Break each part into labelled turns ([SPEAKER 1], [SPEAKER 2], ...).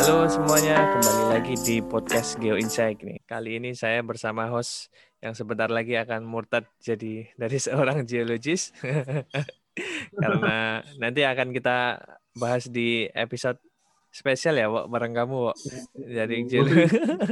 [SPEAKER 1] Halo semuanya, kembali lagi di podcast Geo Insight nih. Kali ini saya bersama host yang sebentar lagi akan murtad jadi dari seorang geologis. Karena nanti akan kita bahas di episode spesial ya, Wok, bareng kamu, Wok. Jadi
[SPEAKER 2] Bukan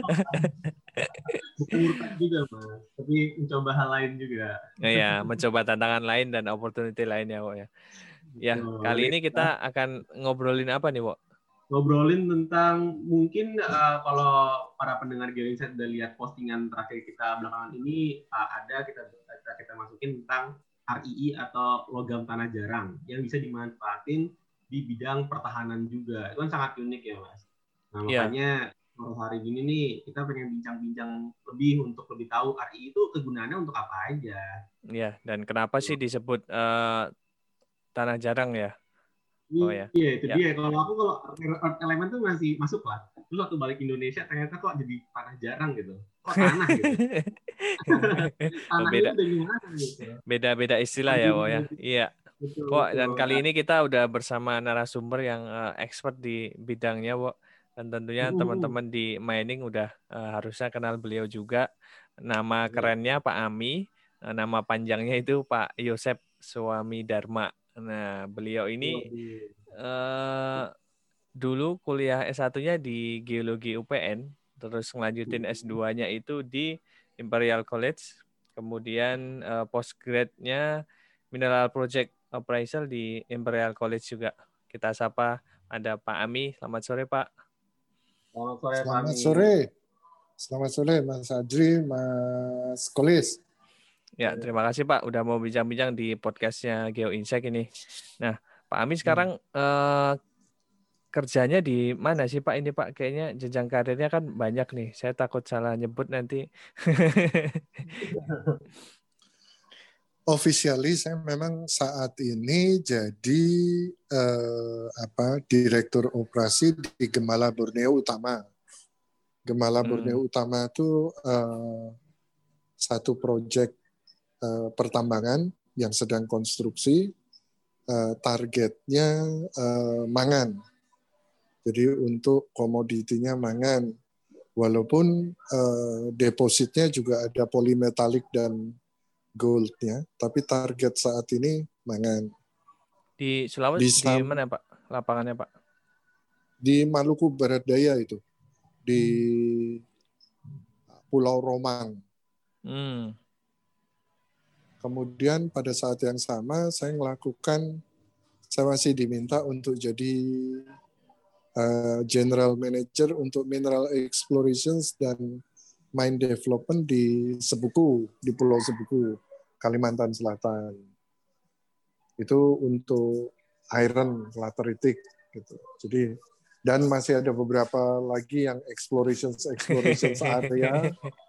[SPEAKER 2] murtad juga, Mas. Tapi mencoba hal lain juga.
[SPEAKER 1] ya, mencoba tantangan lain dan opportunity lainnya, Wok ya. Ya,
[SPEAKER 2] Betul.
[SPEAKER 1] kali
[SPEAKER 2] Nanti
[SPEAKER 1] ini
[SPEAKER 2] kita
[SPEAKER 1] kita akan ngobrolin apa nih, Wok?
[SPEAKER 2] ngobrolin tentang mungkin kalau para pendengar Geoinsight udah lihat postingan terakhir kita belakangan ini ada kita masukin tentang RII atau logam tanah jarang yang bisa dimanfaatin di bidang pertahanan juga. Itu kan sangat unik ya, Mas. Nah,
[SPEAKER 1] Ya,
[SPEAKER 2] makanya hari ini nih kita pengen bincang-bincang lebih untuk lebih tahu RII itu kegunaannya untuk apa aja.
[SPEAKER 1] ya. Dan kenapa sih disebut tanah jarang ya? Oh ya,
[SPEAKER 2] Iya, itu
[SPEAKER 1] ya.
[SPEAKER 2] dia. Kalau Earth Element tuh masih masuk lah. Terus waktu balik Indonesia ternyata kok jadi tanah jarang gitu. Kok tanah gitu? Tanahnya itu
[SPEAKER 1] Beda
[SPEAKER 2] dari mana gitu?
[SPEAKER 1] beda istilah ya, Wo
[SPEAKER 2] Betul,
[SPEAKER 1] ya. Iya. Wo, dan
[SPEAKER 2] betul.
[SPEAKER 1] kali ini kita udah bersama narasumber yang expert di bidangnya, Wo. Dan tentunya teman-teman di mining udah harusnya kenal beliau juga. Nama kerennya Pak Ami, nama panjangnya itu Pak Yosep Suami Dharma. Nah, beliau ini
[SPEAKER 2] Waduh.
[SPEAKER 1] eh, dulu kuliah S1-nya di Geologi UPN, terus ngelanjutin S2-nya itu di Imperial College, kemudian postgrad-nya Mineral Project Appraisal di Imperial College juga. Kita sapa ada Pak Ami. Selamat sore, Pak.
[SPEAKER 2] Selamat sore,
[SPEAKER 3] Selamat
[SPEAKER 2] Fami.
[SPEAKER 3] sore. Selamat sore Mas Adri, Mas Kolis.
[SPEAKER 1] Ya, terima kasih Pak udah mau bincang-bincang di podcastnya Geo Insight ini. Nah, Pak Ami sekarang kerjanya di mana sih Pak ini Pak? Kayaknya jenjang karirnya kan banyak nih. Saya takut salah nyebut nanti.
[SPEAKER 3] Officially saya memang saat ini jadi Direktur Operasi di Gemala Borneo Utama. Gemala Borneo Utama itu satu proyek pertambangan yang sedang konstruksi. Targetnya mangan. Jadi untuk komoditinya mangan. Walaupun depositnya juga ada polimetalik dan gold-nya, tapi target saat ini mangan.
[SPEAKER 1] Di Sulawesi di mana Pak? Lapangannya Pak?
[SPEAKER 3] Di Maluku Barat Daya itu, di Pulau Romang. Kemudian pada saat yang sama saya masih diminta untuk jadi General Manager untuk Mineral Explorations dan Mine Development di Sebuku, di Pulau Sebuku, Kalimantan Selatan. Itu untuk iron, lateritik gitu. Jadi dan masih ada beberapa lagi yang explorations area,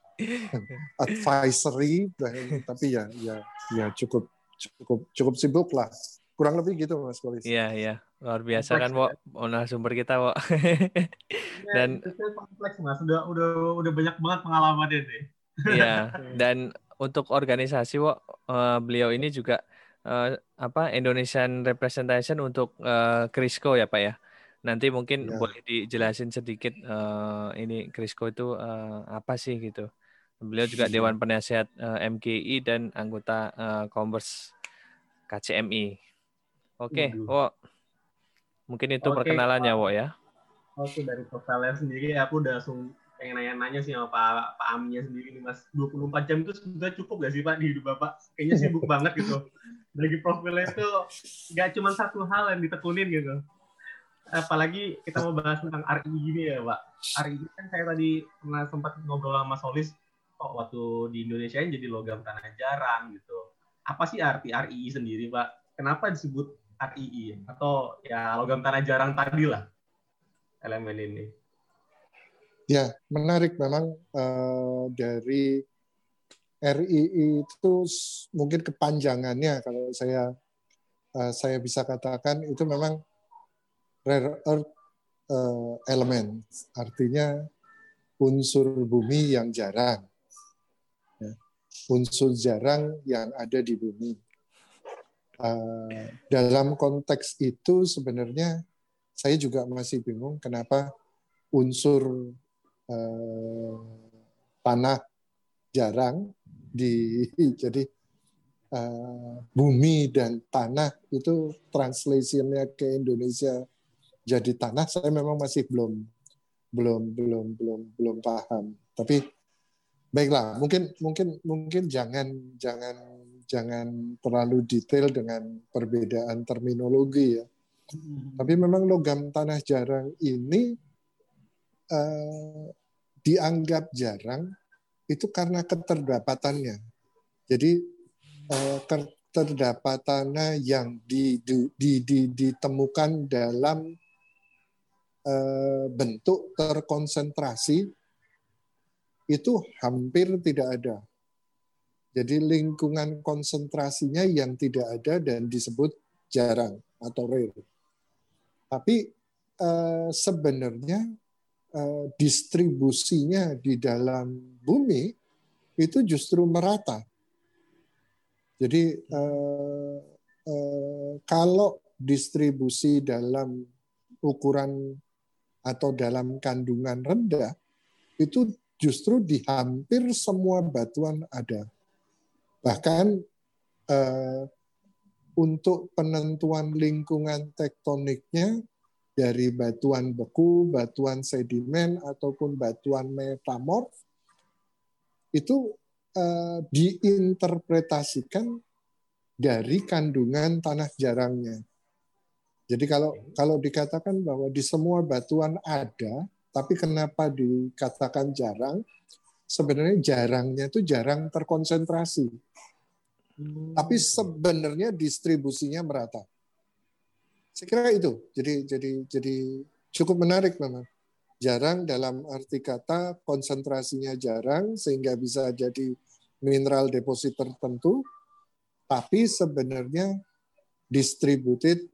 [SPEAKER 3] advisory, tapi ya cukup sibuk lah. Kurang lebih gitu Mas Kolis.
[SPEAKER 1] Iya. Luar biasa kan, Wok. Narasumber kita, Wok. Dan
[SPEAKER 2] kompleks, Mas. Udah banyak banget pengalamannya nih.
[SPEAKER 1] iya, dan untuk organisasi, Wok, beliau ini juga Indonesian Representation untuk Crisco ya, Pak ya. Nanti mungkin boleh dijelasin sedikit ini Crisco itu apa sih gitu. Beliau juga Dewan Penasehat MGI dan anggota Kombers KCMI. Oke, Wok. Mungkin itu perkenalannya, Wok ya.
[SPEAKER 2] Oke, dari profilnya sendiri aku udah langsung pengen nanya-nanya sih sama Pak Aminya sendiri nih, Mas. 24 jam itu sebetulnya cukup gak sih Pak di hidup Bapak? Kayaknya sibuk banget gitu. Dari profilnya itu gak cuma satu hal yang ditekunin gitu. Apalagi kita mau bahas tentang RI gini ya Pak. RI kan saya tadi pernah sempat ngobrol sama Mas Solis kok waktu di Indonesia jadi logam tanah jarang gitu. Apa sih arti RII sendiri Pak? Kenapa disebut RII? Atau ya logam tanah jarang tadi lah elemen ini.
[SPEAKER 3] Ya, menarik memang dari RII itu mungkin kepanjangannya kalau saya bisa katakan itu memang rare earth element, artinya unsur bumi yang jarang. Ya, unsur jarang yang ada di bumi. Dalam konteks itu sebenarnya saya juga masih bingung kenapa unsur tanah jarang jadi bumi dan tanah itu translationnya ke Indonesia jadi tanah, saya memang masih belum paham. Tapi baiklah, mungkin jangan terlalu detail dengan perbedaan terminologi ya. Tapi memang logam tanah jarang ini dianggap jarang itu karena keterdapatannya. Jadi keterdapatannya yang ditemukan dalam bentuk terkonsentrasi itu hampir tidak ada. Jadi lingkungan konsentrasinya yang tidak ada dan disebut jarang atau rare. Tapi sebenarnya distribusinya di dalam bumi itu justru merata. Jadi kalau distribusi dalam ukuran atau dalam kandungan rendah, itu justru di hampir semua batuan ada. Bahkan untuk penentuan lingkungan tektoniknya dari batuan beku, batuan sedimen, ataupun batuan metamorf, itu diinterpretasikan dari kandungan tanah jarangnya. Jadi kalau dikatakan bahwa di semua batuan ada, tapi kenapa dikatakan jarang? Sebenarnya jarangnya itu jarang terkonsentrasi. Tapi sebenarnya distribusinya merata. Saya kira itu. Jadi cukup menarik memang. Jarang dalam arti kata konsentrasinya jarang sehingga bisa jadi mineral deposit tertentu, tapi sebenarnya distributed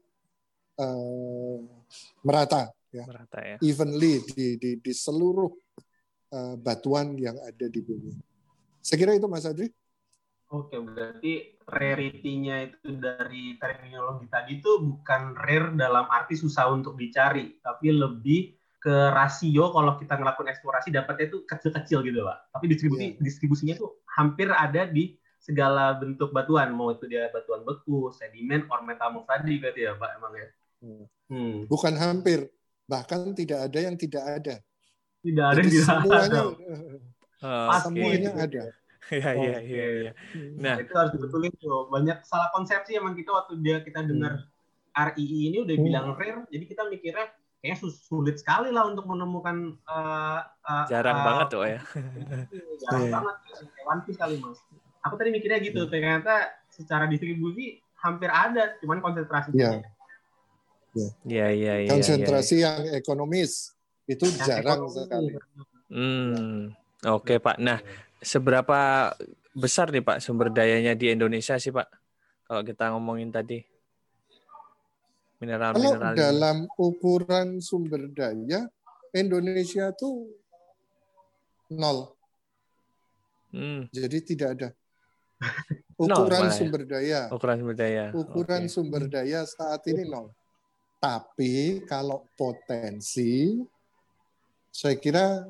[SPEAKER 3] merata, ya.
[SPEAKER 1] Merata ya.
[SPEAKER 3] Evenly di seluruh batuan yang ada di bumi. Saya kira itu Mas Adri.
[SPEAKER 2] Oke, berarti rarity-nya itu dari terminologi tadi itu bukan rare dalam arti susah untuk dicari, tapi lebih ke rasio kalau kita ngelakuin eksplorasi dapatnya itu kecil-kecil gitu Pak. Tapi distribusinya itu hampir ada di segala bentuk batuan, mau itu dia batuan beku, sedimen, or metamorf tadi gitu ya Pak emang ya.
[SPEAKER 3] Bukan hampir, bahkan tidak ada yang tidak ada.
[SPEAKER 2] Tidak ada
[SPEAKER 3] jadi
[SPEAKER 2] yang
[SPEAKER 3] semuanya
[SPEAKER 2] semuanya
[SPEAKER 3] ada.
[SPEAKER 1] Iya. Nah,
[SPEAKER 2] itu harus dibetulin tuh. Banyak salah konsepsi emang kita waktu kita dengar RII ini udah bilang rare, jadi kita mikirnya kayaknya sulit sekali lah untuk menemukan
[SPEAKER 1] jarang banget tuh ya.
[SPEAKER 2] Jarang banget, kayak One Piece kali Mas. Aku tadi mikirnya gitu, ternyata secara distribusi hampir ada, cuman konsentrasinya.
[SPEAKER 1] Iya.
[SPEAKER 3] Konsentrasi yang ekonomis itu jarang sekali.
[SPEAKER 1] Oke Pak. Nah, seberapa besar nih Pak sumber dayanya di Indonesia sih Pak? Kalau kita ngomongin tadi mineral-mineral.
[SPEAKER 3] Kalau dalam ukuran sumber daya Indonesia tuh 0. Jadi tidak ada. Ukuran sumber daya. Ukuran sumber daya saat ini 0. Tapi kalau potensi, saya kira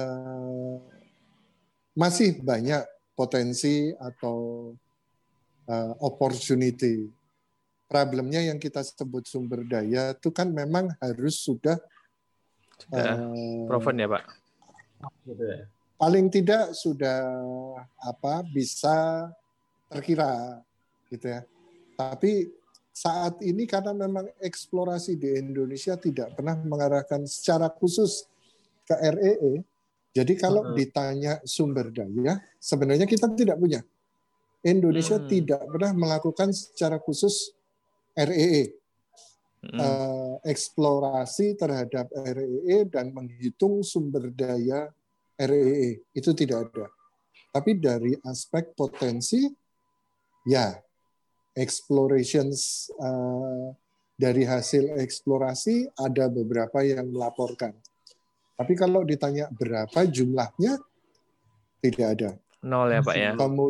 [SPEAKER 3] masih banyak potensi atau opportunity. Problemnya yang kita sebut sumber daya itu kan memang harus sudah
[SPEAKER 1] proven ya Pak?
[SPEAKER 3] Paling tidak sudah bisa terkira gitu ya. Tapi saat ini karena memang eksplorasi di Indonesia tidak pernah mengarahkan secara khusus ke REE, jadi kalau ditanya sumber daya, sebenarnya kita tidak punya. Indonesia tidak pernah melakukan secara khusus REE, eksplorasi terhadap REE dan menghitung sumber daya REE, itu tidak ada. Tapi dari aspek potensi, ya, explorations dari hasil eksplorasi ada beberapa yang melaporkan. Tapi kalau ditanya berapa jumlahnya, tidak ada.
[SPEAKER 1] 0 ya Pak ya.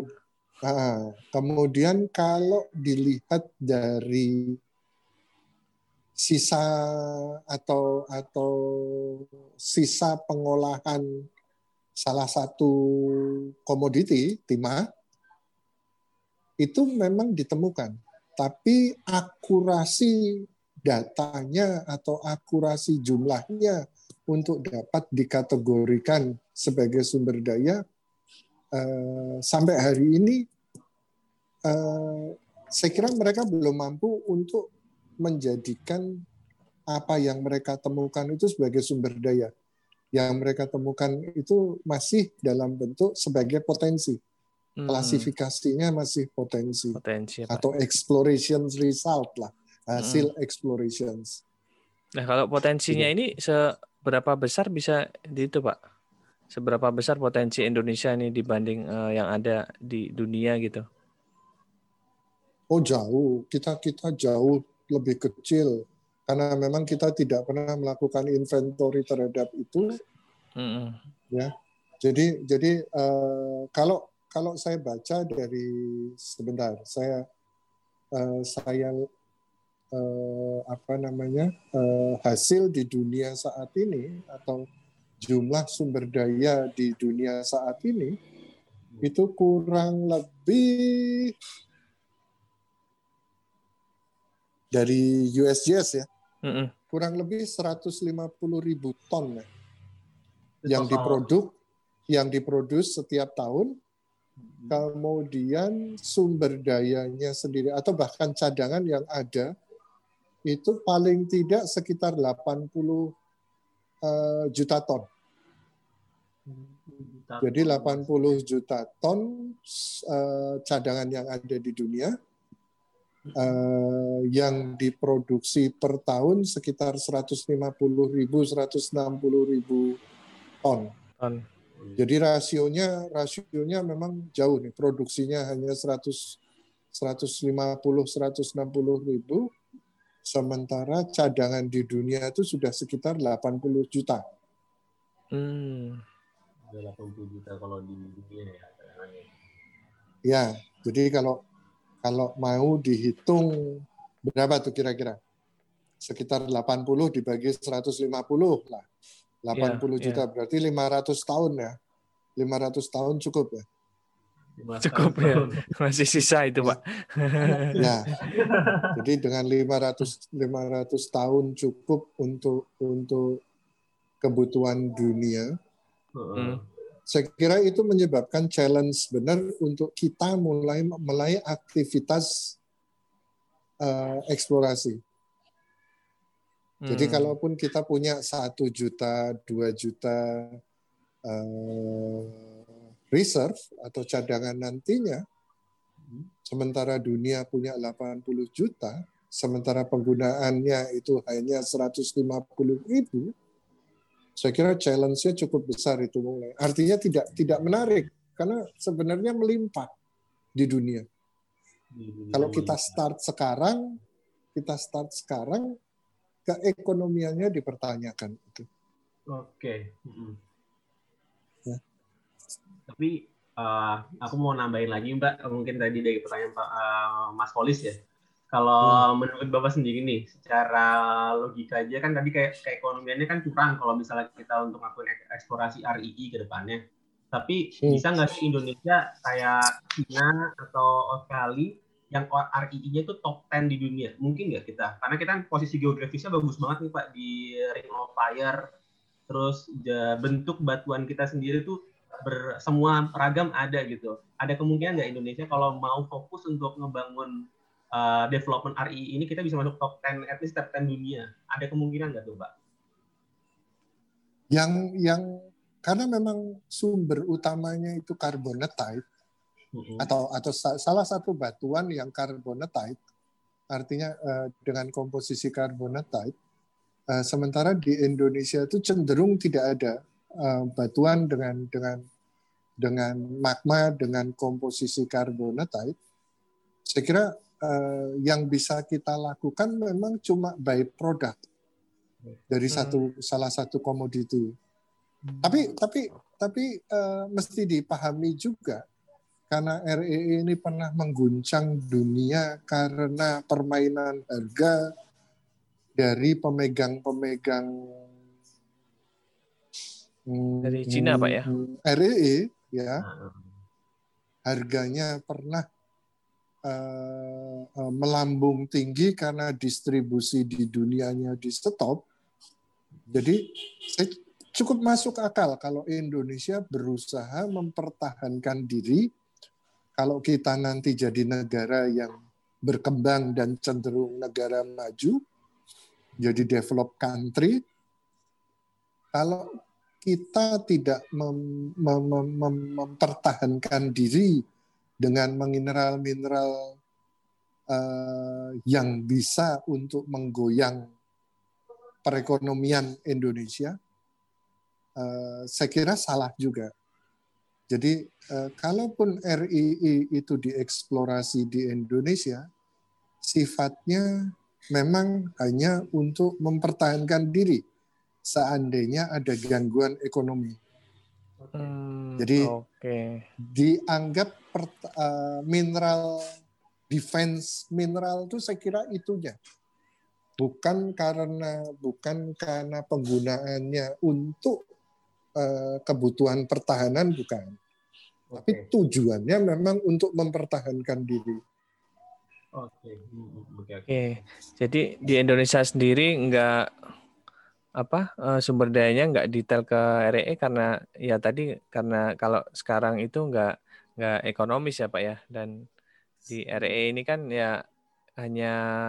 [SPEAKER 3] Kemudian kalau dilihat dari sisa atau sisa pengolahan salah satu komoditi, timah, itu memang ditemukan. Tapi akurasi datanya atau akurasi jumlahnya untuk dapat dikategorikan sebagai sumber daya sampai hari ini saya kira mereka belum mampu untuk menjadikan apa yang mereka temukan itu sebagai sumber daya. Yang mereka temukan itu masih dalam bentuk sebagai potensi. Klasifikasinya masih potensi atau exploration result lah, hasil explorations.
[SPEAKER 1] Nah, kalau potensinya ini seberapa besar bisa di itu, Pak? Seberapa besar potensi Indonesia ini dibanding yang ada di dunia gitu?
[SPEAKER 3] Oh jauh, kita jauh lebih kecil karena memang kita tidak pernah melakukan inventory terhadap itu. Ya, jadi kalau saya baca dari sebentar, saya hasil di dunia saat ini atau jumlah sumber daya di dunia saat ini itu kurang lebih dari USGS ya, kurang lebih 150.000 ton ya, yang diproduksi setiap tahun. Kemudian sumber dayanya sendiri atau bahkan cadangan yang ada itu paling tidak sekitar 80 juta ton. Jadi 80 juta ton cadangan yang ada di dunia yang diproduksi per tahun sekitar 150.000, 160.000 ton. Jadi rasionya memang jauh nih. Produksinya hanya 150-160.000, sementara cadangan di dunia itu sudah sekitar 80 juta.
[SPEAKER 2] 80 juta kalau di dunia ya cadangannya.
[SPEAKER 3] Ya, jadi kalau mau dihitung berapa tuh kira-kira? Sekitar 80 dibagi 150 lah. 80 juta berarti 500 tahun ya. 500 tahun cukup ya.
[SPEAKER 1] Cukup ya. Masih sisa itu, Pak.
[SPEAKER 3] Ya. Jadi dengan 500 tahun cukup untuk kebutuhan dunia. Saya kira itu menyebabkan challenge benar untuk kita mulai aktivitas eksplorasi. Jadi kalaupun kita punya 1 juta, 2 juta reserve atau cadangan nantinya, sementara dunia punya 80 juta, sementara penggunaannya itu hanya 150.000, saya kira challenge-nya cukup besar itu mulai. Artinya tidak menarik, karena sebenarnya melimpah di dunia. Kalau kita start sekarang, keekonomiannya dipertanyakan itu.
[SPEAKER 2] Oke. Ya. Tapi aku mau nambahin lagi, Mbak. Mungkin tadi dari pertanyaan Pak Mas Polis ya. Kalau menurut Bapak sendiri nih, secara logika aja kan tadi kayak keekonomiannya kan kurang kalau misalnya kita untuk melakukan eksplorasi RII ke depannya. Tapi bisa nggak sih Indonesia kayak China atau Australia yang RII-nya itu top 10 di dunia? Mungkin nggak kita? Karena kita posisi geografisnya bagus banget nih Pak, di Ring of Fire. Terus bentuk batuan kita sendiri tuh semua ragam ada gitu. Ada kemungkinan nggak Indonesia kalau mau fokus untuk ngebangun development RII ini kita bisa masuk top 10, at least top 10 dunia? Ada kemungkinan nggak tuh Pak?
[SPEAKER 3] Yang karena memang sumber utamanya itu carbonatite, atau salah satu batuan yang carbonatite, artinya dengan komposisi carbonatite, sementara di Indonesia itu cenderung tidak ada batuan dengan magma dengan komposisi carbonatite. Saya kira yang bisa kita lakukan memang cuma byproduct dari salah satu komoditi. Tapi mesti dipahami juga, karena RII ini pernah mengguncang dunia karena permainan harga dari pemegang-pemegang
[SPEAKER 1] Dari Cina, Pak ya?
[SPEAKER 3] REE ya, harganya pernah melambung tinggi karena distribusi di dunianya di stop. Jadi cukup masuk akal kalau Indonesia berusaha mempertahankan diri. Kalau kita nanti jadi negara yang berkembang dan cenderung negara maju, jadi developed country, kalau kita tidak mempertahankan diri dengan mineral-mineral yang bisa untuk menggoyang perekonomian Indonesia, saya kira salah juga. Jadi kalaupun RII itu dieksplorasi di Indonesia, sifatnya memang hanya untuk mempertahankan diri seandainya ada gangguan ekonomi. Jadi dianggap mineral defense mineral itu saya kira itunya, bukan karena penggunaannya untuk kebutuhan pertahanan, bukan. Tapi tujuannya memang untuk mempertahankan diri.
[SPEAKER 1] Oke. Jadi di Indonesia sendiri sumber dayanya nggak detail ke REE karena ya tadi karena kalau sekarang itu nggak ekonomis ya Pak ya, dan di REE ini kan ya hanya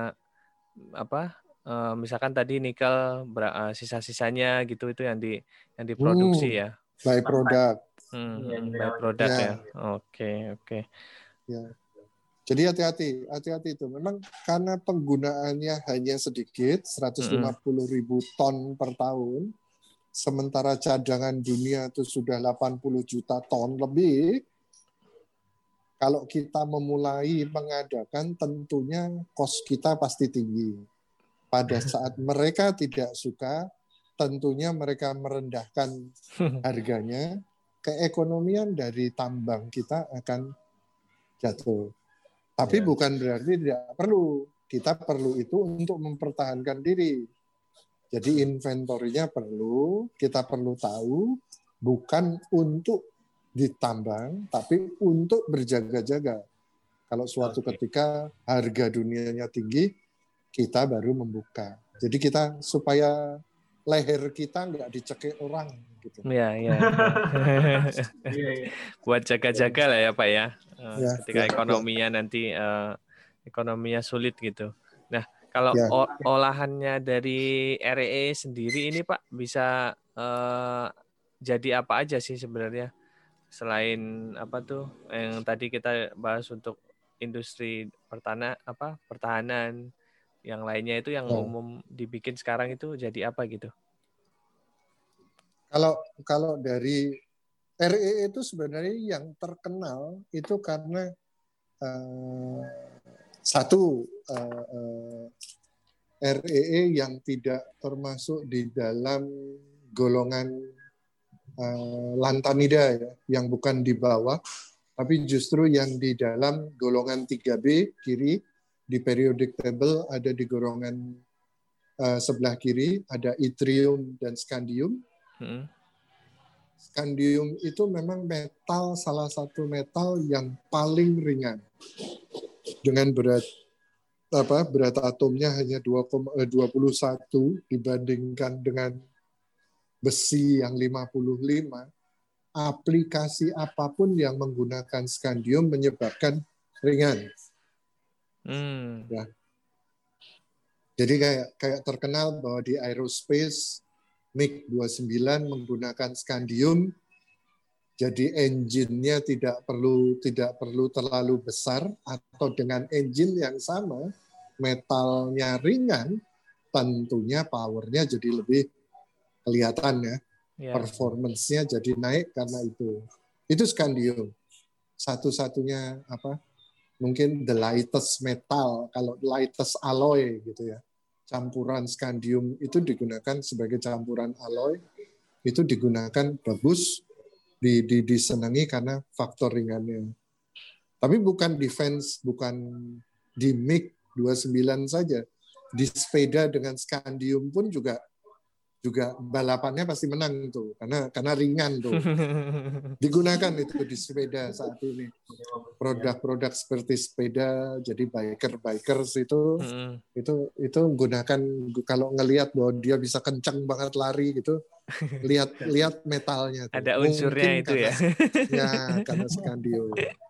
[SPEAKER 1] misalkan tadi nikel sisa-sisanya gitu itu yang diproduksi ya.
[SPEAKER 3] By product.
[SPEAKER 1] By product ya. Oke.
[SPEAKER 3] Ya. Jadi hati-hati itu. Memang karena penggunaannya hanya sedikit, 150.000 ton per tahun, sementara cadangan dunia itu sudah 80 juta ton lebih. Kalau kita memulai mengadakan, tentunya cost kita pasti tinggi. Pada saat mereka tidak suka, tentunya mereka merendahkan harganya, keekonomian dari tambang kita akan jatuh. Tapi bukan berarti tidak perlu. Kita perlu itu untuk mempertahankan diri. Jadi inventorinya perlu, kita perlu tahu, bukan untuk ditambang, tapi untuk berjaga-jaga. Kalau suatu ketika harga dunianya tinggi, kita baru membuka. Jadi kita supaya leher kita nggak dicekik orang gitu.
[SPEAKER 1] Iya. Buat jaga-jaga lah ya Pak ya. Ketika ekonominya nanti ekonominya sulit gitu. Nah, kalau olahannya dari REE sendiri ini Pak bisa jadi apa aja sih sebenarnya? Selain yang tadi kita bahas untuk industri pertahanan, yang lainnya itu yang umum dibikin sekarang itu jadi apa gitu?
[SPEAKER 3] Kalau dari REE itu sebenarnya yang terkenal itu karena REE yang tidak termasuk di dalam golongan lantanida ya, yang bukan di bawah, tapi justru yang di dalam golongan 3B kiri di periodic table, ada di golongan sebelah kiri ada yttrium dan scandium. Scandium itu memang salah satu metal yang paling ringan dengan berat atomnya hanya 21 dibandingkan dengan besi yang 55. Aplikasi apapun yang menggunakan scandium menyebabkan ringan. Ya. Jadi kayak terkenal bahwa di aerospace MiG-29 menggunakan scandium, jadi engine-nya tidak perlu terlalu besar, atau dengan engine yang sama, metalnya ringan, tentunya power-nya jadi lebih kelihatan ya. Performance-nya jadi naik karena itu. Itu scandium. Satu-satunya mungkin the lightest metal, kalau lightest alloy gitu ya. Campuran scandium itu digunakan sebagai campuran alloy, itu digunakan bagus, disenangi karena faktor ringannya. Tapi bukan defense, bukan di MiG-29 saja. Di sepeda dengan scandium pun juga juga balapannya pasti menang tuh, karena ringan tuh. Digunakan itu di sepeda saat ini. Produk-produk seperti sepeda, jadi bikers itu menggunakan, kalau ngelihat bahwa dia bisa kencang banget lari gitu, lihat metalnya tuh.
[SPEAKER 1] Ada unsurnya
[SPEAKER 3] mungkin
[SPEAKER 1] itu
[SPEAKER 3] karena,
[SPEAKER 1] ya.
[SPEAKER 3] Karena skandium.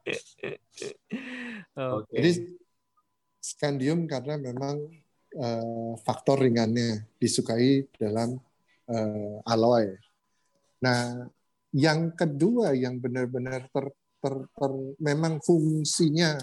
[SPEAKER 1] Oke.
[SPEAKER 3] Jadi skandium karena memang faktor ringannya disukai dalam alloy. Nah, yang kedua yang benar-benar memang fungsinya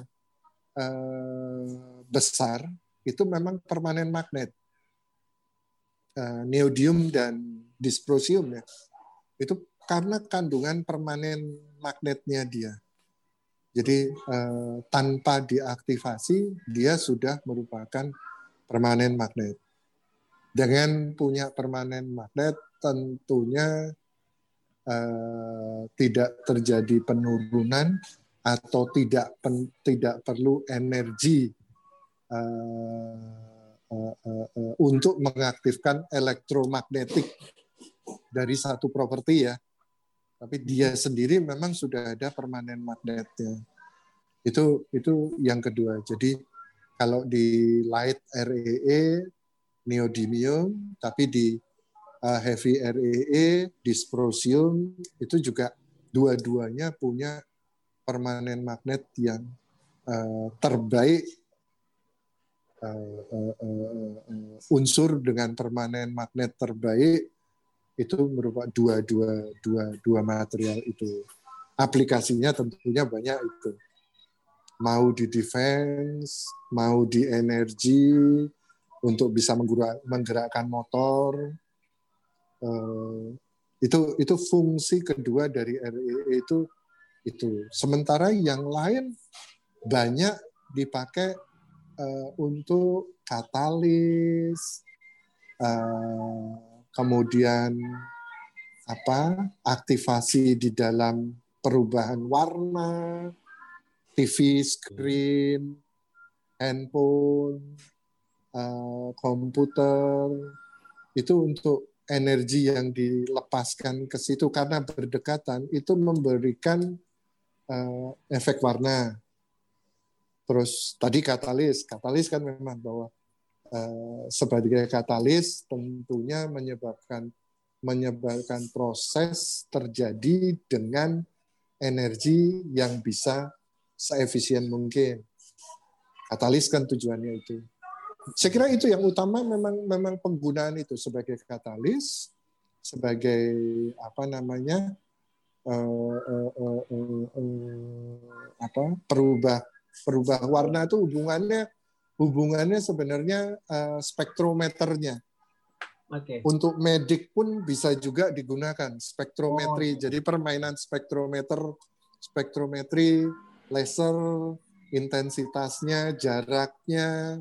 [SPEAKER 3] besar itu memang permanen magnet. Neodymium dan dysprosium ya. Itu karena kandungan permanen magnetnya dia. Jadi tanpa diaktifasi dia sudah merupakan permanen magnet. Dengan punya permanen magnet tentunya tidak terjadi penurunan atau tidak perlu energi untuk mengaktifkan elektromagnetik dari satu properti ya. Tapi dia sendiri memang sudah ada permanen magnetnya. Itu yang kedua. Jadi kalau di light REE neodymium, tapi di heavy REE dysprosium itu juga dua-duanya punya permanen magnet yang terbaik. Unsur dengan permanen magnet terbaik itu merupakan dua material itu. Aplikasinya tentunya banyak itu. Mau di defense, mau di energi, untuk bisa menggerakkan motor. Itu fungsi kedua dari REE itu. Sementara yang lain banyak dipakai untuk katalis, kemudian aktivasi di dalam perubahan warna, TV screen, handphone, komputer, itu untuk energi yang dilepaskan ke situ karena berdekatan itu memberikan efek warna. Terus tadi katalis kan memang bahwa sebagai katalis tentunya menyebabkan proses terjadi dengan energi yang bisa seefisien mungkin. Katalis kan tujuannya itu. Saya kira itu yang utama memang penggunaan itu sebagai katalis, sebagai perubah warna itu hubungannya sebenarnya spektrometernya.
[SPEAKER 2] Okay.
[SPEAKER 3] Untuk medik pun bisa juga digunakan spektrometri. Jadi permainan spektrometri, laser, intensitasnya, jaraknya,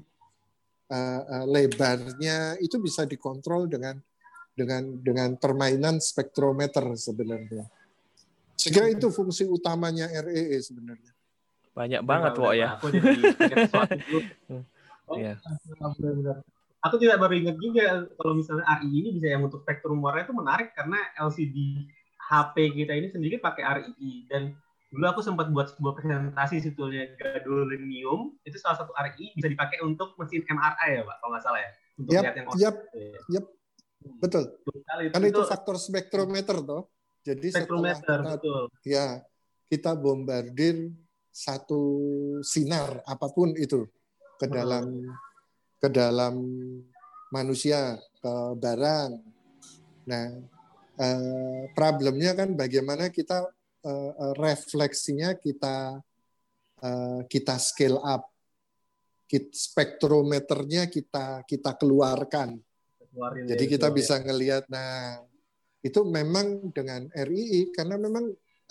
[SPEAKER 3] lebarnya itu bisa dikontrol dengan permainan spektrometer sebenarnya. Saya kira itu fungsi utamanya REE sebenarnya.
[SPEAKER 1] Banyak banget Wak ya.
[SPEAKER 2] Aku jadi ingat sesuatu dulu. Benar-benar. Aku tidak baru ingat juga kalau misalnya AI ini bisa yang untuk spektrum warna itu menarik karena LCD HP kita ini sendiri pakai REE dan dulu aku sempat buat sebuah presentasi sebetulnya gadolinium itu salah satu REE bisa dipakai untuk mesin MRI ya Pak kalau nggak salah ya untuk lihat yang
[SPEAKER 3] Yap. Betul. Karena itu faktor spektrometer toh. Jadi setelah kita bombardir satu sinar apapun itu ke dalam manusia, ke barang. Nah, problemnya kan bagaimana kita refleksinya kita scale up, spektrometernya kita keluarkan. Jadi kita bisa ngelihat. Nah, itu memang dengan REE karena memang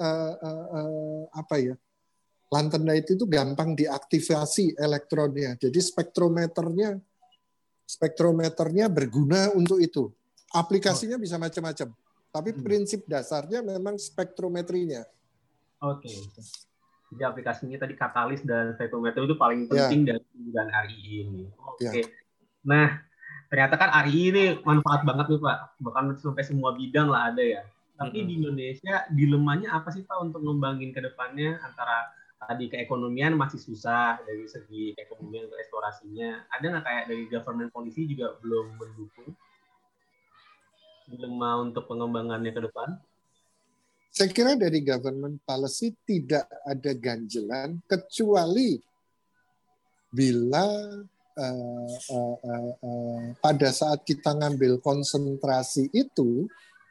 [SPEAKER 3] lanternite itu gampang diaktifasi elektronnya. Jadi spektrometernya berguna untuk itu. Aplikasinya bisa macam-macam. Tapi prinsip dasarnya memang spektrometrinya.
[SPEAKER 2] Oke. Jadi aplikasinya tadi katalis dan spektrometer itu paling penting dari REE ini. Oke. Nah, ternyata kan RI ini manfaat banget nih Pak, bahkan sampai semua bidang lah ada ya. Tapi di Indonesia dilemanya apa sih Pak untuk ngembangin ke depannya, antara tadi keekonomian masih susah dari segi keekonomian untuk eksplorasinya. Ada nggak kayak dari government policy juga belum mendukung dilema untuk pengembangannya ke depan?
[SPEAKER 3] Saya kira dari government policy tidak ada ganjelan kecuali bila pada saat kita ngambil konsentrasi itu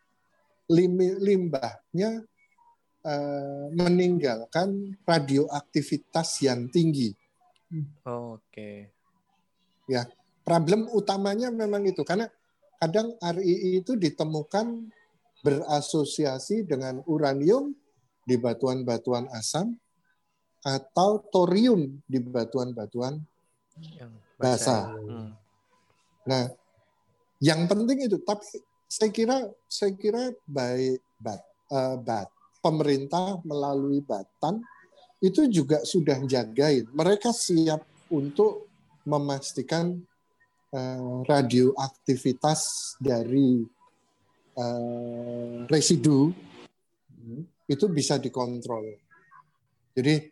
[SPEAKER 3] limbahnya meninggalkan radioaktivitas yang tinggi.
[SPEAKER 1] Oke.
[SPEAKER 3] Ya, problem utamanya memang itu, karena kadang RII itu ditemukan berasosiasi dengan uranium di batuan-batuan asam atau thorium di batuan-batuan basa. Nah, yang penting itu. Tapi saya kira baik pemerintah melalui Batan itu juga sudah jagain. Mereka siap untuk memastikan radioaktivitas dari residu itu bisa dikontrol. Jadi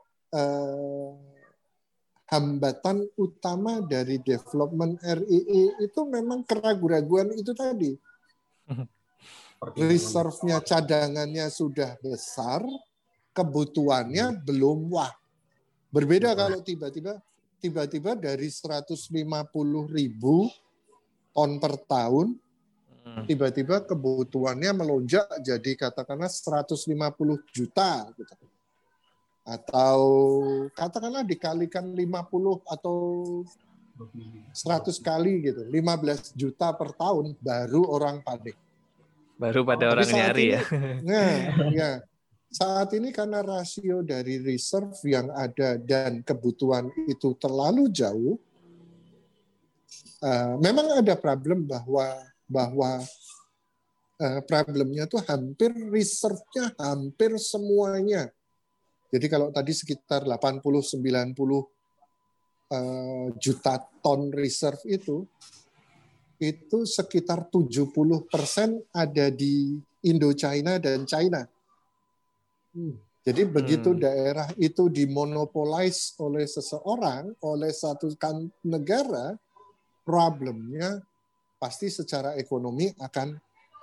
[SPEAKER 3] hambatan utama dari development RII itu memang keraguan-keraguan itu tadi. Reserve-nya, cadangannya sudah besar, kebutuhannya belum wah. Berbeda kalau tiba-tiba dari 150.000 ton per tahun, tiba-tiba kebutuhannya melonjak jadi katakanlah 150 juta. Gitu. Atau katakanlah dikalikan 50 atau 100 kali gitu, 15 juta per tahun, baru orang panik.
[SPEAKER 1] Baru pada orang nyari ya.
[SPEAKER 3] Nah, ya. Saat ini karena rasio dari reserve yang ada dan kebutuhan itu terlalu jauh, memang ada problem bahwa problemnya tuh hampir reserve-nya hampir semuanya. Jadi kalau tadi sekitar 80-90 juta ton reserve itu sekitar 70% ada di Indochina dan China. Jadi begitu daerah itu dimonopolize oleh seseorang, oleh satu negara, problemnya pasti secara ekonomi akan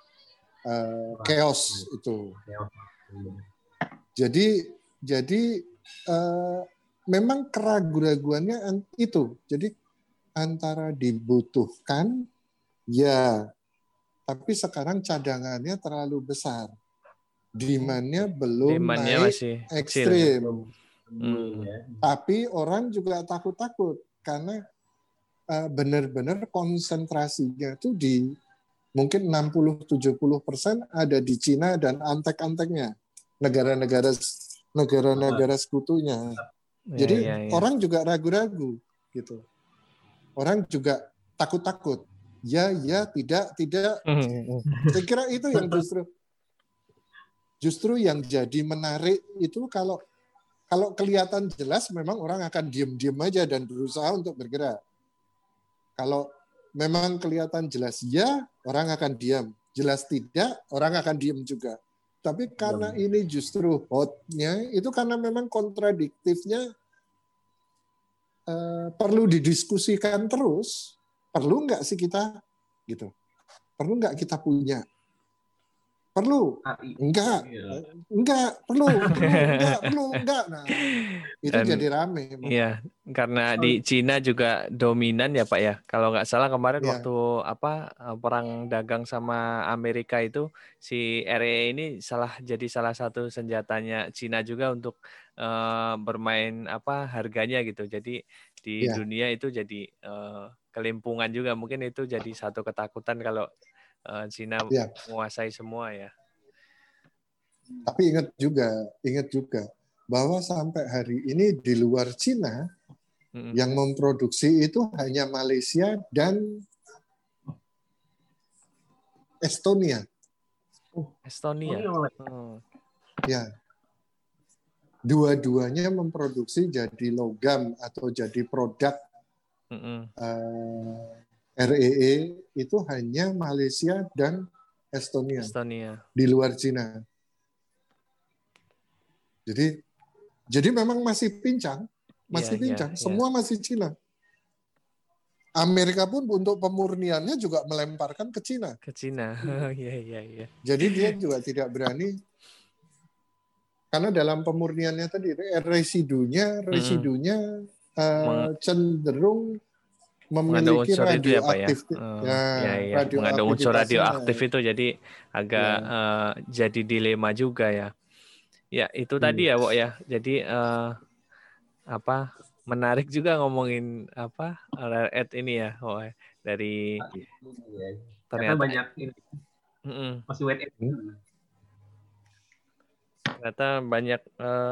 [SPEAKER 3] chaos itu. Jadi memang keraguan-keraguannya itu. Jadi antara dibutuhkan, ya, tapi sekarang cadangannya terlalu besar. Demand-nya belum naik ekstrim. Tapi orang juga takut-takut karena benar-benar konsentrasinya itu di mungkin 60-70% ada di Cina dan antek-anteknya, negara-negara sekutunya. Jadi orang juga ragu-ragu gitu. Orang juga takut-takut. Ya, tidak. Saya kira itu yang justru yang jadi menarik itu kalau kelihatan jelas memang orang akan diam-diam aja dan berusaha untuk bergerak. Kalau memang kelihatan jelas ya, orang akan diam. Jelas tidak, orang akan diam juga. Tapi karena ini justru hotnya, itu karena memang kontradiktifnya perlu didiskusikan terus. Perlu nggak sih kita gitu? Perlu nggak kita punya? Perlu? Enggak. Perlu. Enggak. Nah, itu dan, jadi rame.
[SPEAKER 1] Iya, karena di Cina juga dominan ya Pak ya. Kalau nggak salah kemarin waktu perang dagang sama Amerika itu, si RE ini jadi salah satu senjatanya Cina juga untuk bermain harganya gitu. Jadi di dunia itu jadi kelimpungan juga. Mungkin itu jadi satu ketakutan kalau Cina menguasai semua ya.
[SPEAKER 3] Tapi ingat juga bahwa sampai hari ini di luar Cina yang memproduksi itu hanya Malaysia dan Estonia.
[SPEAKER 1] Estonia.
[SPEAKER 3] Ya. Dua-duanya memproduksi jadi logam atau jadi produk REE itu hanya Malaysia dan Estonia. Di luar Cina. Jadi memang masih pincang. Semua masih Cina. Amerika pun untuk pemurniannya juga melemparkan ke Cina.
[SPEAKER 1] Iya.
[SPEAKER 3] Jadi dia juga tidak berani, karena dalam pemurniannya tadi residunya cenderung memiliki radioaktif,
[SPEAKER 1] mengandung unsur radioaktif itu, jadi agak jadi dilema juga ya. Ya itu tadi ya, Wok ya. Jadi menarik juga ngomongin rare earth ini ya, dari
[SPEAKER 2] ternyata banyak ini. Masih wet.
[SPEAKER 1] Ternyata banyak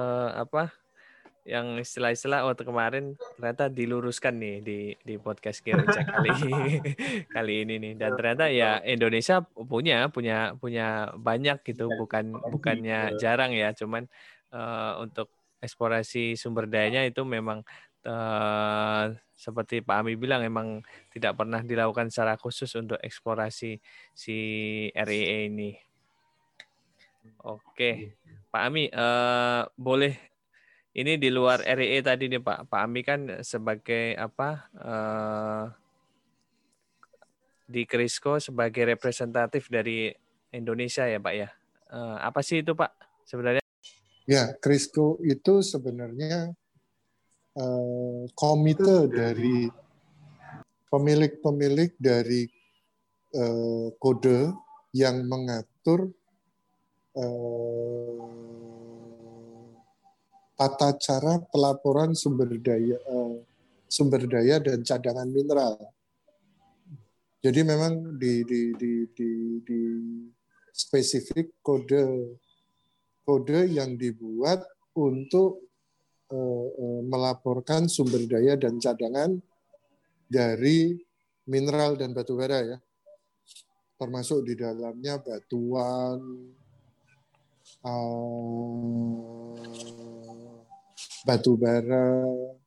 [SPEAKER 1] yang istilah-istilah waktu kemarin ternyata diluruskan nih di podcast Geocek kali ini nih. Dan ternyata ya Indonesia punya banyak gitu, bukannya jarang ya, cuman untuk eksplorasi sumber dayanya itu memang seperti Pak Ami bilang, emang tidak pernah dilakukan secara khusus untuk eksplorasi si REE ini. Oke, Pak Ami, boleh ini di luar REE tadi nih Pak Ami kan sebagai di KRISCO sebagai representatif dari Indonesia ya Pak ya. Apa sih itu Pak sebenarnya?
[SPEAKER 3] Ya, KRISCO itu sebenarnya komite dari pemilik dari kode yang mengatur tata cara pelaporan sumber daya dan cadangan mineral. Jadi memang di spesifik kode yang dibuat untuk melaporkan sumber daya dan cadangan dari mineral dan batu bara ya, termasuk di dalamnya batuan, batu bara,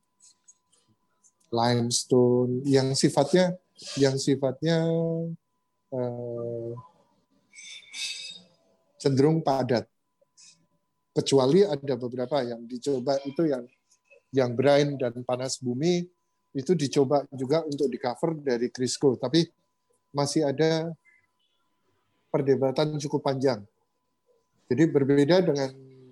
[SPEAKER 3] limestone yang sifatnya cenderung padat. Kecuali ada beberapa yang dicoba itu yang brine dan panas bumi itu dicoba juga untuk di cover dari KRISCO, tapi masih ada perdebatan cukup panjang. Jadi berbeda dengan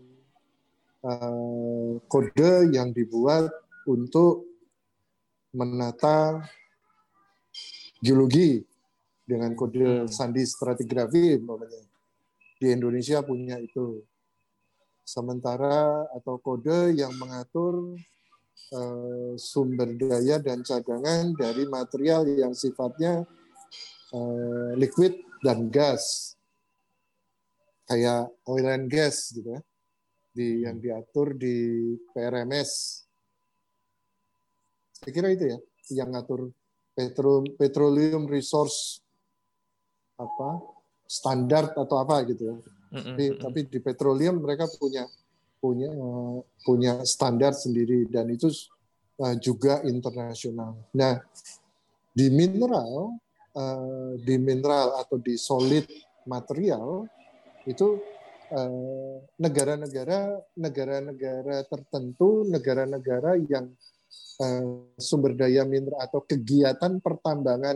[SPEAKER 3] kode yang dibuat untuk menata geologi dengan kode sandi stratigrafi, di Indonesia punya itu. Sementara atau kode yang mengatur sumber daya dan cadangan dari material yang sifatnya liquid dan gas, kayak oil and gas gitu ya, yang diatur di PRMS. Saya kira itu ya, yang ngatur petroleum resource standar atau apa gitu ya. Tapi di petroleum mereka punya standar sendiri dan itu juga internasional. Nah, di mineral atau di solid material itu negara-negara tertentu, negara-negara yang sumber daya mineral atau kegiatan pertambangan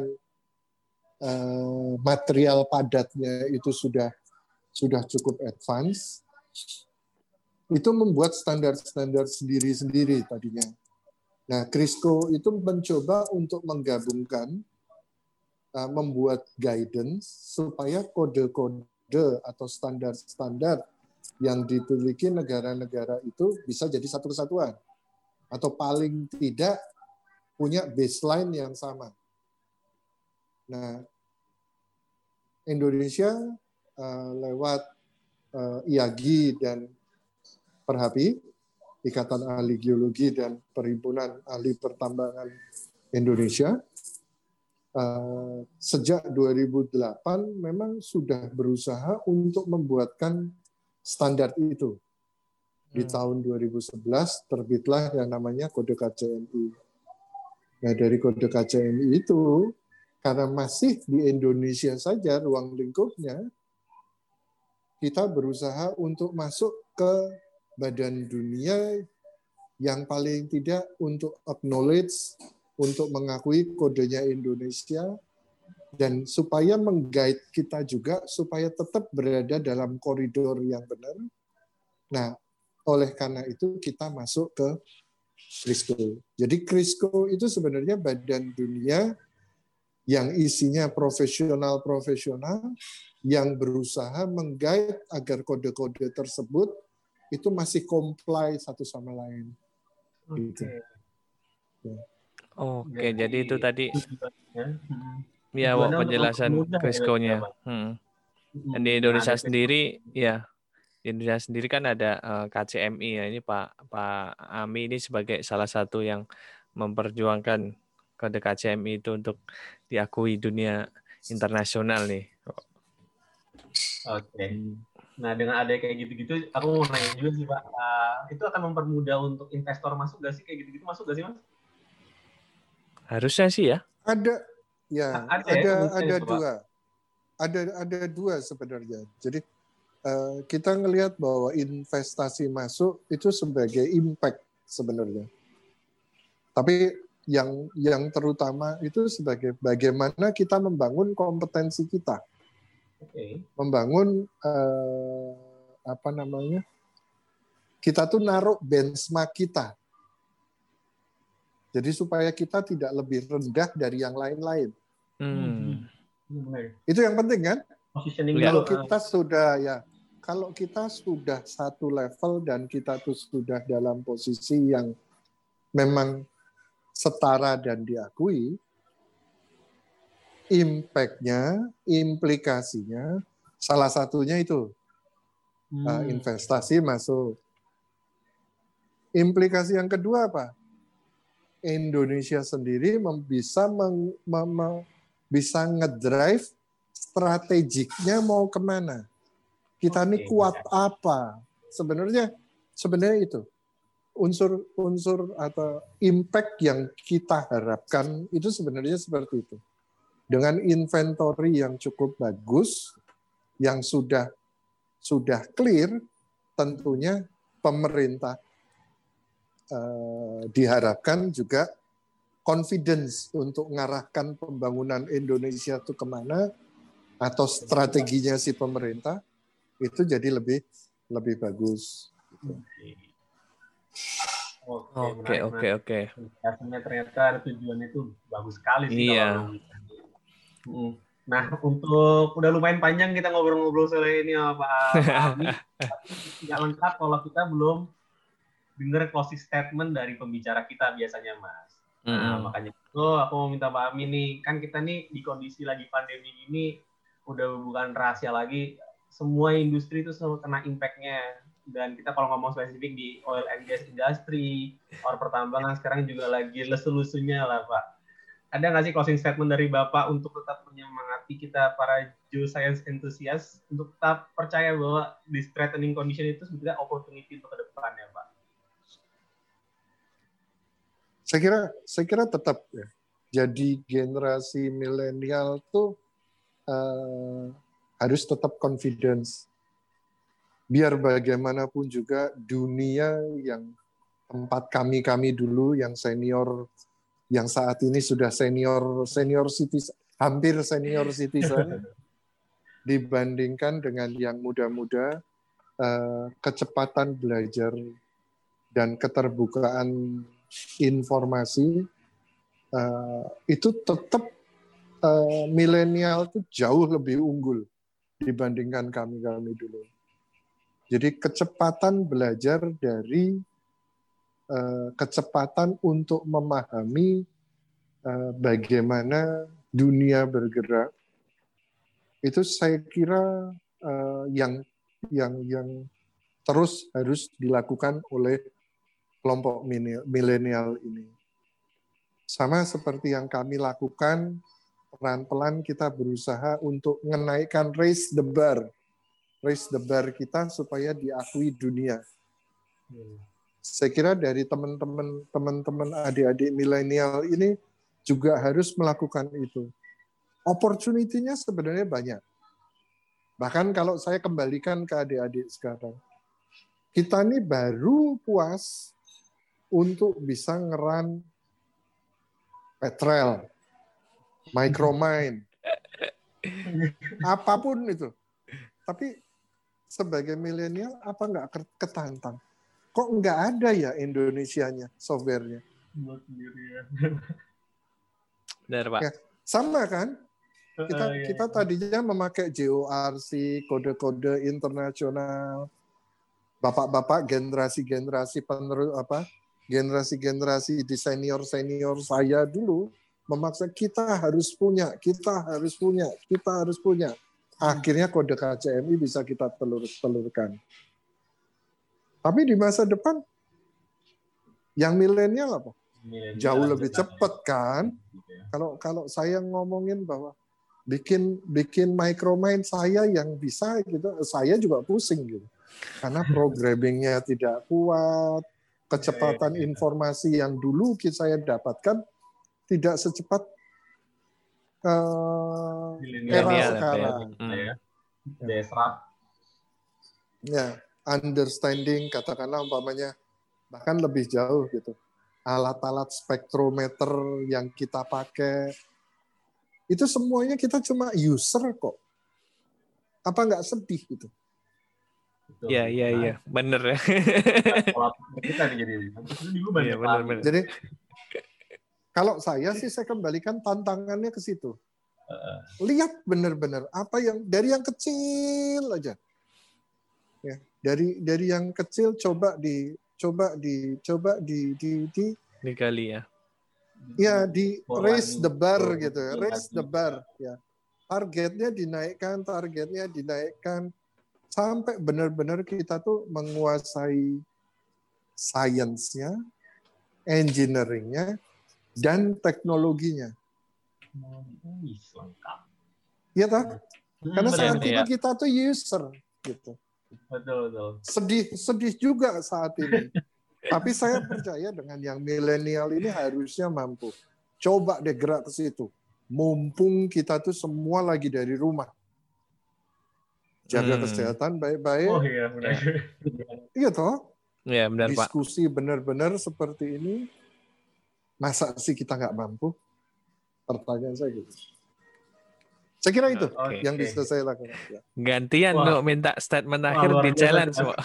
[SPEAKER 3] material padatnya itu sudah cukup advance, itu membuat standar-standar sendiri-sendiri tadinya. Nah, KRISCO itu mencoba untuk menggabungkan, membuat guidance supaya kode-kode atau standar-standar yang dimiliki negara-negara itu bisa jadi satu kesatuan. Atau paling tidak punya baseline yang sama. Nah, Indonesia lewat IAGI dan Perhapi, Ikatan Ahli Geologi dan Perhimpunan Ahli Pertambangan Indonesia, sejak 2008 memang sudah berusaha untuk membuatkan standar itu. Di tahun 2011 terbitlah yang namanya Kode KCNI. Nah, dari Kode KCNI itu karena masih di Indonesia saja ruang lingkupnya, kita berusaha untuk masuk ke badan dunia yang paling tidak untuk acknowledge, untuk mengakui kodenya Indonesia, dan supaya meng-guide kita juga supaya tetap berada dalam koridor yang benar. Nah, oleh karena itu kita masuk ke KRISCO. Jadi KRISCO itu sebenarnya badan dunia yang isinya profesional-profesional yang berusaha meng-guide agar kode-kode tersebut itu masih comply satu sama lain. Gitu.
[SPEAKER 1] Oke, jadi itu tadi ya
[SPEAKER 2] Tujuannya untuk
[SPEAKER 1] penjelasan
[SPEAKER 2] mempermudah
[SPEAKER 1] KRISCO-nya. Dan di Indonesia
[SPEAKER 2] ada
[SPEAKER 1] sendiri, ya di Indonesia sendiri kan ada KCMI ya. Ini Pak Ami ini sebagai salah satu yang memperjuangkan kode KCMI itu untuk diakui dunia internasional nih.
[SPEAKER 2] Oke. Nah, dengan ada kayak gitu-gitu, aku mau nanya juga sih Pak, itu akan mempermudah untuk investor masuk nggak sih? Kayak gitu-gitu masuk nggak sih Mas?
[SPEAKER 1] Harusnya sih ya.
[SPEAKER 3] Ada, ya, ada
[SPEAKER 2] itu,
[SPEAKER 3] dua. Ada dua sebenarnya. Jadi kita ngelihat bahwa investasi masuk itu sebagai impact sebenarnya. Tapi yang terutama itu sebagai bagaimana kita membangun kompetensi kita. Membangun kita tuh naruh benchmark kita. Jadi supaya kita tidak lebih rendah dari yang lain-lain. Itu yang penting kan? Kalau kita kalau kita sudah satu level dan kita tuh sudah dalam posisi yang memang setara dan diakui, impact-nya, implikasinya, salah satunya itu investasi masuk. Implikasi yang kedua apa? Indonesia sendiri bisa ngedrive strategiknya mau kemana. Kita ini kuat apa? Sebenarnya itu unsur atau impact yang kita harapkan itu sebenarnya seperti itu. Dengan inventory yang cukup bagus, yang sudah clear, tentunya pemerintah diharapkan juga confidence untuk mengarahkan pembangunan Indonesia itu kemana, atau strateginya si pemerintah itu jadi lebih bagus.
[SPEAKER 2] Oke. Ternyata tujuannya itu bagus sekali sih.
[SPEAKER 1] Iya.
[SPEAKER 2] Nah, untuk udah lumayan panjang kita ngobrol-ngobrol soal ini sama Pak Ami. Nggak lengkap kalau kita belum dengar closing statement dari pembicara kita biasanya, Mas. Nah, makanya itu aku mau minta Pak Ami nih, kan kita nih di kondisi lagi pandemi ini udah bukan rahasia lagi, semua industri itu selalu kena impact-nya. Dan kita kalau ngomong spesifik di oil and gas industry, or pertambangan sekarang juga lagi lesu-lesunya lah, Pak. Ada nggak sih closing statement dari Bapak untuk tetap menyemangati kita para geoscience enthusiast untuk tetap percaya bahwa di threatening condition itu sebetulnya opportunity untuk ke depannya, Pak?
[SPEAKER 3] Saya kira tetap ya. Jadi generasi milenial tuh harus tetap confidence. Biar bagaimanapun juga dunia yang tempat kami dulu yang senior, yang saat ini sudah senior citizen, hampir senior citizen, dibandingkan dengan yang muda-muda, kecepatan belajar dan keterbukaan informasi itu tetap milenial itu jauh lebih unggul dibandingkan kami dulu. Jadi kecepatan belajar dari kecepatan untuk memahami bagaimana dunia bergerak, itu saya kira yang terus harus dilakukan oleh kelompok milenial ini. Sama seperti yang kami lakukan, pelan-pelan kita berusaha untuk menaikkan raise the bar kita supaya diakui dunia. Saya kira dari teman-teman adik-adik milenial ini juga harus melakukan itu. opportunity-nya sebenarnya banyak. Bahkan kalau saya kembalikan ke adik-adik sekarang, kita ini baru puas untuk bisa ngeran Petrel, Micromine, apapun itu. Tapi sebagai milenial apa nggak ketantang? Kok nggak ada ya Indonesianya softwarenya?
[SPEAKER 1] Benar, Pak.
[SPEAKER 3] Ya, sama kan? Kita tadinya memakai JORC, kode-kode internasional. Bapak-bapak generasi-generasi penerus generasi-generasi di senior saya dulu memaksa kita harus punya. Akhirnya kode KCMI bisa kita telurkan. Tapi di masa depan yang milenial apa? Jauh lebih cepat kan? Kalau saya ngomongin bahwa bikin Micromine saya yang bisa gitu, saya juga pusing gitu. Karena programmingnya tidak kuat, kecepatan informasi yang dulu saya dapatkan tidak secepat era sekarang. Ya, understanding katakanlah umpamanya bahkan lebih jauh gitu. Alat-alat spektrometer yang kita pakai itu semuanya kita cuma user kok. Apa nggak sedih gitu?
[SPEAKER 1] Iya, bener ya.
[SPEAKER 2] Kita nih jadi dulu banyak
[SPEAKER 1] bener.
[SPEAKER 3] Jadi kalau saya kembalikan tantangannya ke situ. Lihat benar-benar apa yang dari yang kecil aja. Ya, dari yang kecil coba
[SPEAKER 1] dikali ya.
[SPEAKER 3] Ya, di raise the bar gitu ya. Raise the bar ya. Targetnya dinaikkan sampai benar-benar kita tuh menguasai sainsnya, engineering-nya, dan teknologinya. Iya toh? Karena saat itu kita tuh user gitu.
[SPEAKER 2] Betul.
[SPEAKER 3] Sedih juga saat ini. Tapi saya percaya dengan yang milenial ini harusnya mampu. Coba deh gerak ke situ. Mumpung kita tuh semua lagi dari rumah. Jaga kesehatan baik-baik.
[SPEAKER 2] Oh iya, benar.
[SPEAKER 3] Iya toh?
[SPEAKER 1] Iya, benar, Pak.
[SPEAKER 3] Diskusi benar-benar seperti ini. Masa sih kita nggak mampu? Pertanyaan saya gitu. Saya kira itu yang bisa saya lakukan. Ya.
[SPEAKER 1] Gantian lo minta statement akhir di challenge semua.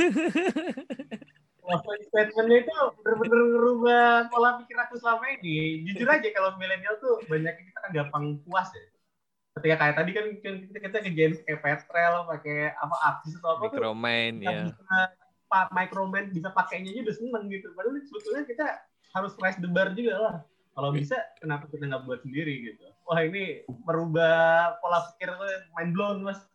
[SPEAKER 2] Statementnya itu benar-benar ngerubah pola pikir aku selama ini. Jujur aja kalau milenial tuh banyak kita kan gampang puas ya. Ketika kayak tadi kan kita ngejain kayak Petrel, pakai apa Axis atau apa
[SPEAKER 1] Micromine,
[SPEAKER 2] tuh. Ya. Micromine bisa pakainya aja udah seneng gitu. Padahal sebetulnya kita harus raise the bar juga lah. Kalau bisa, kenapa kita nggak buat sendiri gitu? Wah ini merubah pola pikir mind blown, Mas.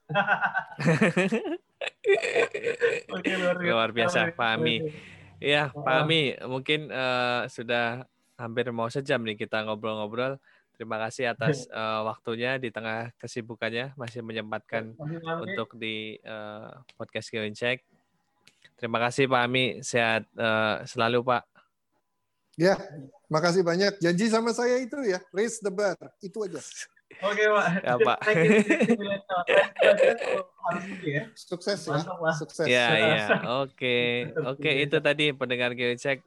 [SPEAKER 1] Oke, luar biasa, Pak Ami. Ya, Pak Ami, mungkin sudah hampir mau sejam nih kita ngobrol-ngobrol. Terima kasih atas waktunya di tengah kesibukannya, masih menyempatkan untuk di podcast GeoIncheck. Terima kasih Pak Ami, sehat selalu Pak.
[SPEAKER 3] Ya, makasih banyak. Janji sama saya itu ya, raise the bar, itu aja.
[SPEAKER 2] Oke Pak.
[SPEAKER 1] Ya Pak.
[SPEAKER 3] Sukses ya. Sukses.
[SPEAKER 1] Ya. Oke, itu tadi pendengar GeoIncheck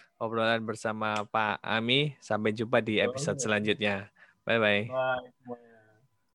[SPEAKER 1] obrolan bersama Pak Ami. Sampai jumpa di episode selanjutnya. Bye-bye.
[SPEAKER 2] Bye.